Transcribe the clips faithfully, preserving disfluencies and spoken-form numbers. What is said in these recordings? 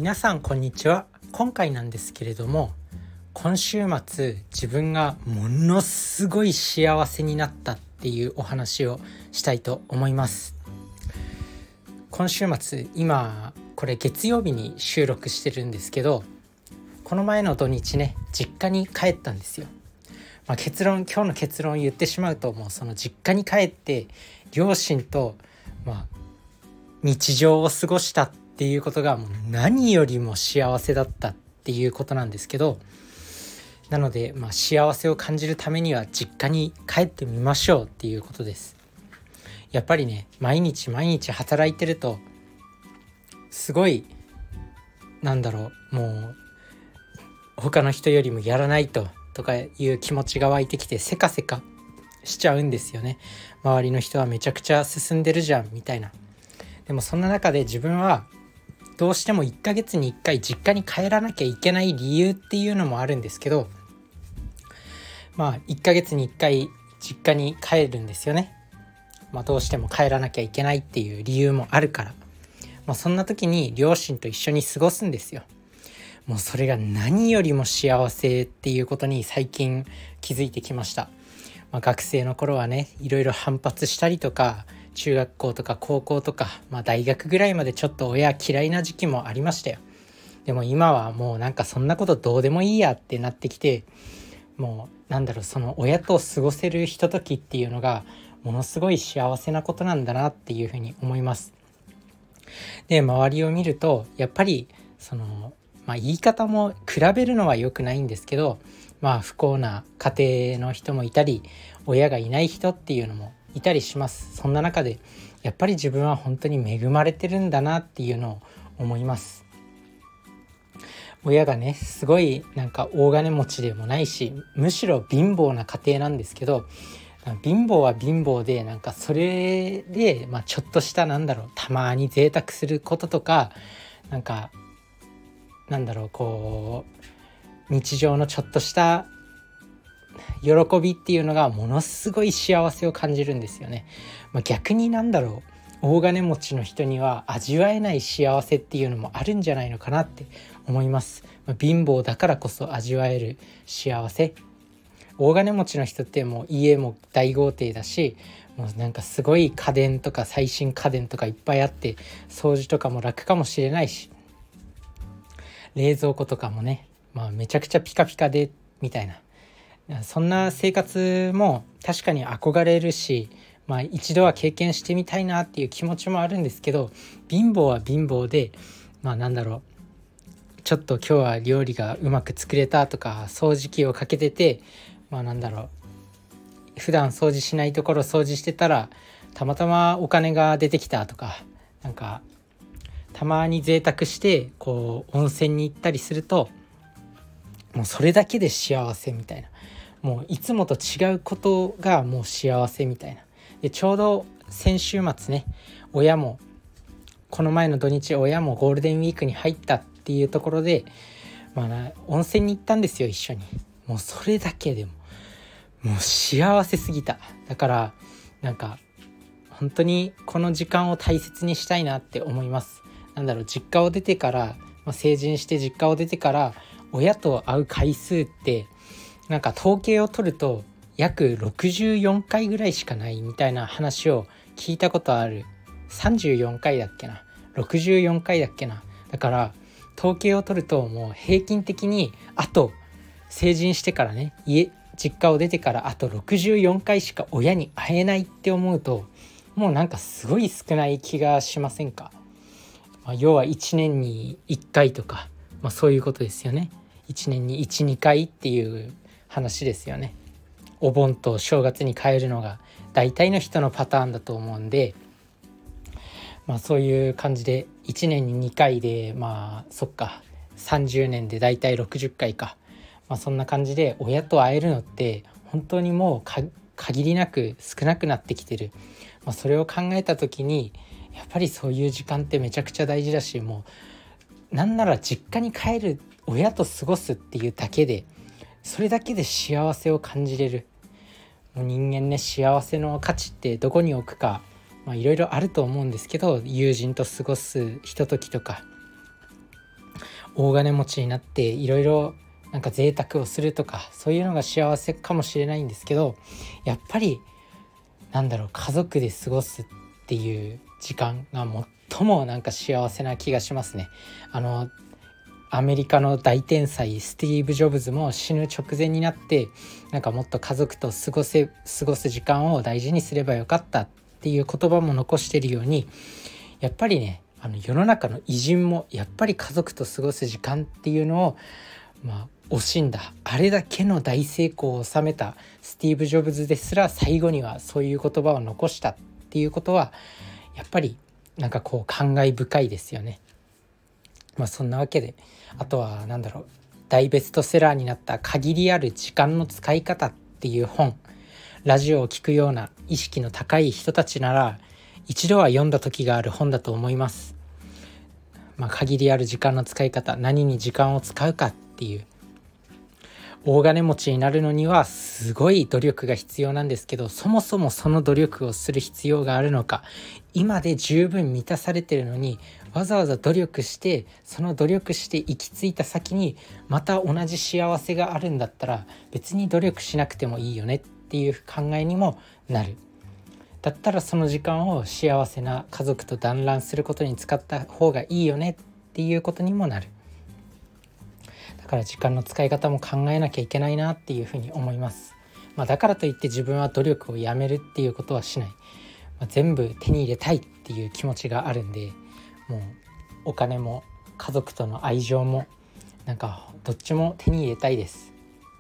皆さんこんにちは。今回なんですけれども、今週末自分がものすごい幸せになったっていうお話をしたいと思います。今週末、今これ月曜日に収録してるんですけど、この前の土日ね、実家に帰ったんですよ。まあ、結論今日の結論を言ってしまうと、もうその実家に帰って両親と、まあ、日常を過ごしたっていうことがもう何よりも幸せだったっていうことなんですけど、なので、まあ、幸せを感じるためには実家に帰ってみましょうっていうことです。やっぱりね、毎日毎日働いてるとすごいなんだろうもう他の人よりもやらないととかいう気持ちが湧いてきて、せかせかしちゃうんですよね。周りの人はめちゃくちゃ進んでるじゃんみたいな。でもそんな中で自分はどうしてもいっかげつにいっかい実家に帰らなきゃいけない理由っていうのもあるんですけど、まあいっかげつにいっかい実家に帰るんですよね。まあどうしても帰らなきゃいけないっていう理由もあるから、まあ、そんな時に両親と一緒に過ごすんですよ。もうそれが何よりも幸せっていうことに最近気づいてきました。まあ、学生の頃はね、いろいろ反発したりとか、中学校とか高校とか、まあ、大学ぐらいまでちょっと親嫌いな時期もありましたよ。でも今はもうなんかそんなことどうでもいいやってなってきて、もうなんだろう、その親と過ごせるひとときっていうのがものすごい幸せなことなんだなっていうふうに思います。で、周りを見るとやっぱりその、まあ、言い方も比べるのは良くないんですけど、まあ不幸な家庭の人もいたり、親がいない人っていうのもいたりします。そんな中でやっぱり自分は本当に恵まれてるんだなっていうのを思います。親がね、すごいなんか大金持ちでもないし、むしろ貧乏な家庭なんですけど、貧乏は貧乏で、なんかそれで、まあ、ちょっとしたなんだろう、たまに贅沢することとか、なんかなんだろうこう日常のちょっとした喜びっていうのがものすごい幸せを感じるんですよね。まあ、逆になんだろう、大金持ちの人には味わえない幸せっていうのもあるんじゃないのかなって思います。まあ、貧乏だからこそ味わえる幸せ。大金持ちの人ってもう家も大豪邸だし、もうなんかすごい家電とか最新家電とかいっぱいあって、掃除とかも楽かもしれないし、冷蔵庫とかもね、まあ、めちゃくちゃピカピカでみたいな、そんな生活も確かに憧れるし、まあ、一度は経験してみたいなっていう気持ちもあるんですけど、貧乏は貧乏で、まあなんだろう、ちょっと今日は料理がうまく作れたとか、掃除機をかけてて、まあなんだろう、普段掃除しないところ掃除してたらたまたまお金が出てきたとか、なんかたまに贅沢してこう温泉に行ったりすると、もうそれだけで幸せみたいな、もういつもと違うことがもう幸せみたいな。で、ちょうど先週末ね、親もこの前の土日、親もゴールデンウィークに入ったっていうところで、まあ、温泉に行ったんですよ、一緒に。もうそれだけでももう幸せすぎた。だからなんか本当にこの時間を大切にしたいなって思います。なんだろう、実家を出てから、まあ、成人して実家を出てから親と会う回数ってなんか統計を取ると約ろくじゅうよんかいぐらいしかないみたいな話を聞いたことある。さんじゅうよんかいだっけな、ろくじゅうよんかいだっけな。だから統計を取るともう平均的にあと成人してからね、家実家を出てからあとろくじゅうよんかいしか親に会えないって思うと、もうなんかすごい少ない気がしませんか？まあ、要はいちねんにいっかいとか、まあ、そういうことですよね。いちねんにいち、にかいっていう話ですよね。お盆と正月に帰るのが大体の人のパターンだと思うんで、まあそういう感じでいちねんににかいで、まあそっか、さんじゅうねんで大体ろくじゅっかいか。まあそんな感じで親と会えるのって本当にもうか限りなく少なくなってきてる。まあ、それを考えた時にやっぱりそういう時間ってめちゃくちゃ大事だし、もうなんなら実家に帰る、親と過ごすっていうだけで、それだけで幸せを感じれる。もう人間ね、幸せの価値ってどこに置くか、まあいろいろあると思うんですけど、友人と過ごすひとときとか、 大金持ちになっていろいろなんか贅沢をするとか、そういうのが幸せかもしれないんですけど、やっぱりなんだろう、家族で過ごすっていう時間が最もなんか幸せな気がしますね。あのアメリカの大天才スティーブ・ジョブズも死ぬ直前になって、なんかもっと家族と過ごせ過ごす時間を大事にすればよかったっていう言葉も残しているように、やっぱりね、あの世の中の偉人もやっぱり家族と過ごす時間っていうのをまあ惜しんだ、あれだけの大成功を収めたスティーブ・ジョブズですら最後にはそういう言葉を残したっていうことは、やっぱりなんかこう感慨深いですよね。まあそんなわけで、あとはなんだろう、大ベストセラーになった限りある時間の使い方っていう本、ラジオを聞くような意識の高い人たちなら一度は読んだ時がある本だと思います。まあ、限りある時間の使い方、何に時間を使うかっていう、大金持ちになるのにはすごい努力が必要なんですけど、そもそもその努力をする必要があるのか、今で十分満たされてるのにわざわざ努力して、その努力して行き着いた先にまた同じ幸せがあるんだったら別に努力しなくてもいいよねっていう考えにもなる。だったらその時間を幸せな家族と団らんすることに使った方がいいよねっていうことにもなる。だから時間の使い方も考えなきゃいけないなっていうふうに思います。まあ、だからといって自分は努力をやめるっていうことはしない。まあ、全部手に入れたいっていう気持ちがあるんで、もうお金も家族との愛情もなんかどっちも手に入れたいです。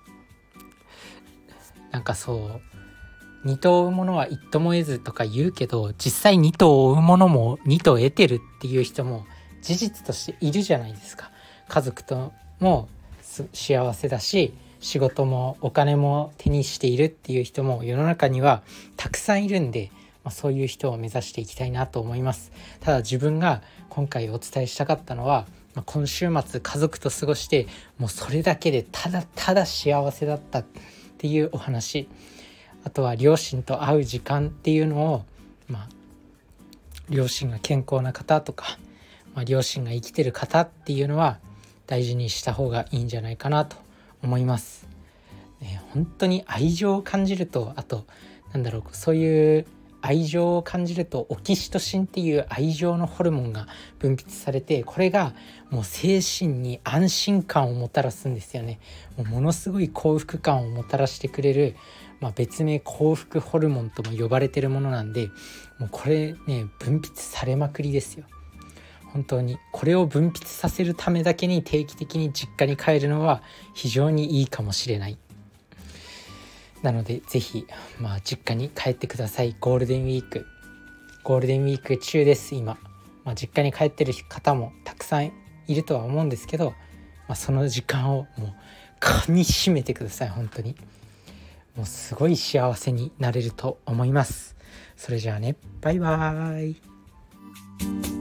なんかそう二頭を追うものは一頭も得ずとか言うけど、実際二頭を追うものも二頭得てるっていう人も事実としているじゃないですか。家族とも幸せだし、仕事もお金も手にしているっていう人も世の中にはたくさんいるんで、まあ、そういう人を目指していきたいなと思います。ただ自分が今回お伝えしたかったのは、まあ、今週末家族と過ごしてもうそれだけでただただ幸せだったっていうお話、あとは両親と会う時間っていうのを、まあ、両親が健康な方とか、まあ、両親が生きてる方っていうのは大事にした方がいいんじゃないかなと思います、ね、本当に愛情を感じると、あとなんだろう、そういう愛情を感じるとオキシトシンっていう愛情のホルモンが分泌されて、これがもう精神に安心感をもたらすんですよね。もうものすごい幸福感をもたらしてくれる、まあ、別名幸福ホルモンとも呼ばれてるものなんで、もうこれね分泌されまくりですよ。本当にこれを分泌させるためだけに定期的に実家に帰るのは非常にいいかもしれない。なのでぜひ、まあ、実家に帰ってください。ゴールデンウィークゴールデンウィーク中です今、まあ、実家に帰ってる方もたくさんいるとは思うんですけど、まあ、その時間をもう噛み締めてください。本当にもうすごい幸せになれると思います。それじゃあね、バイバーイ。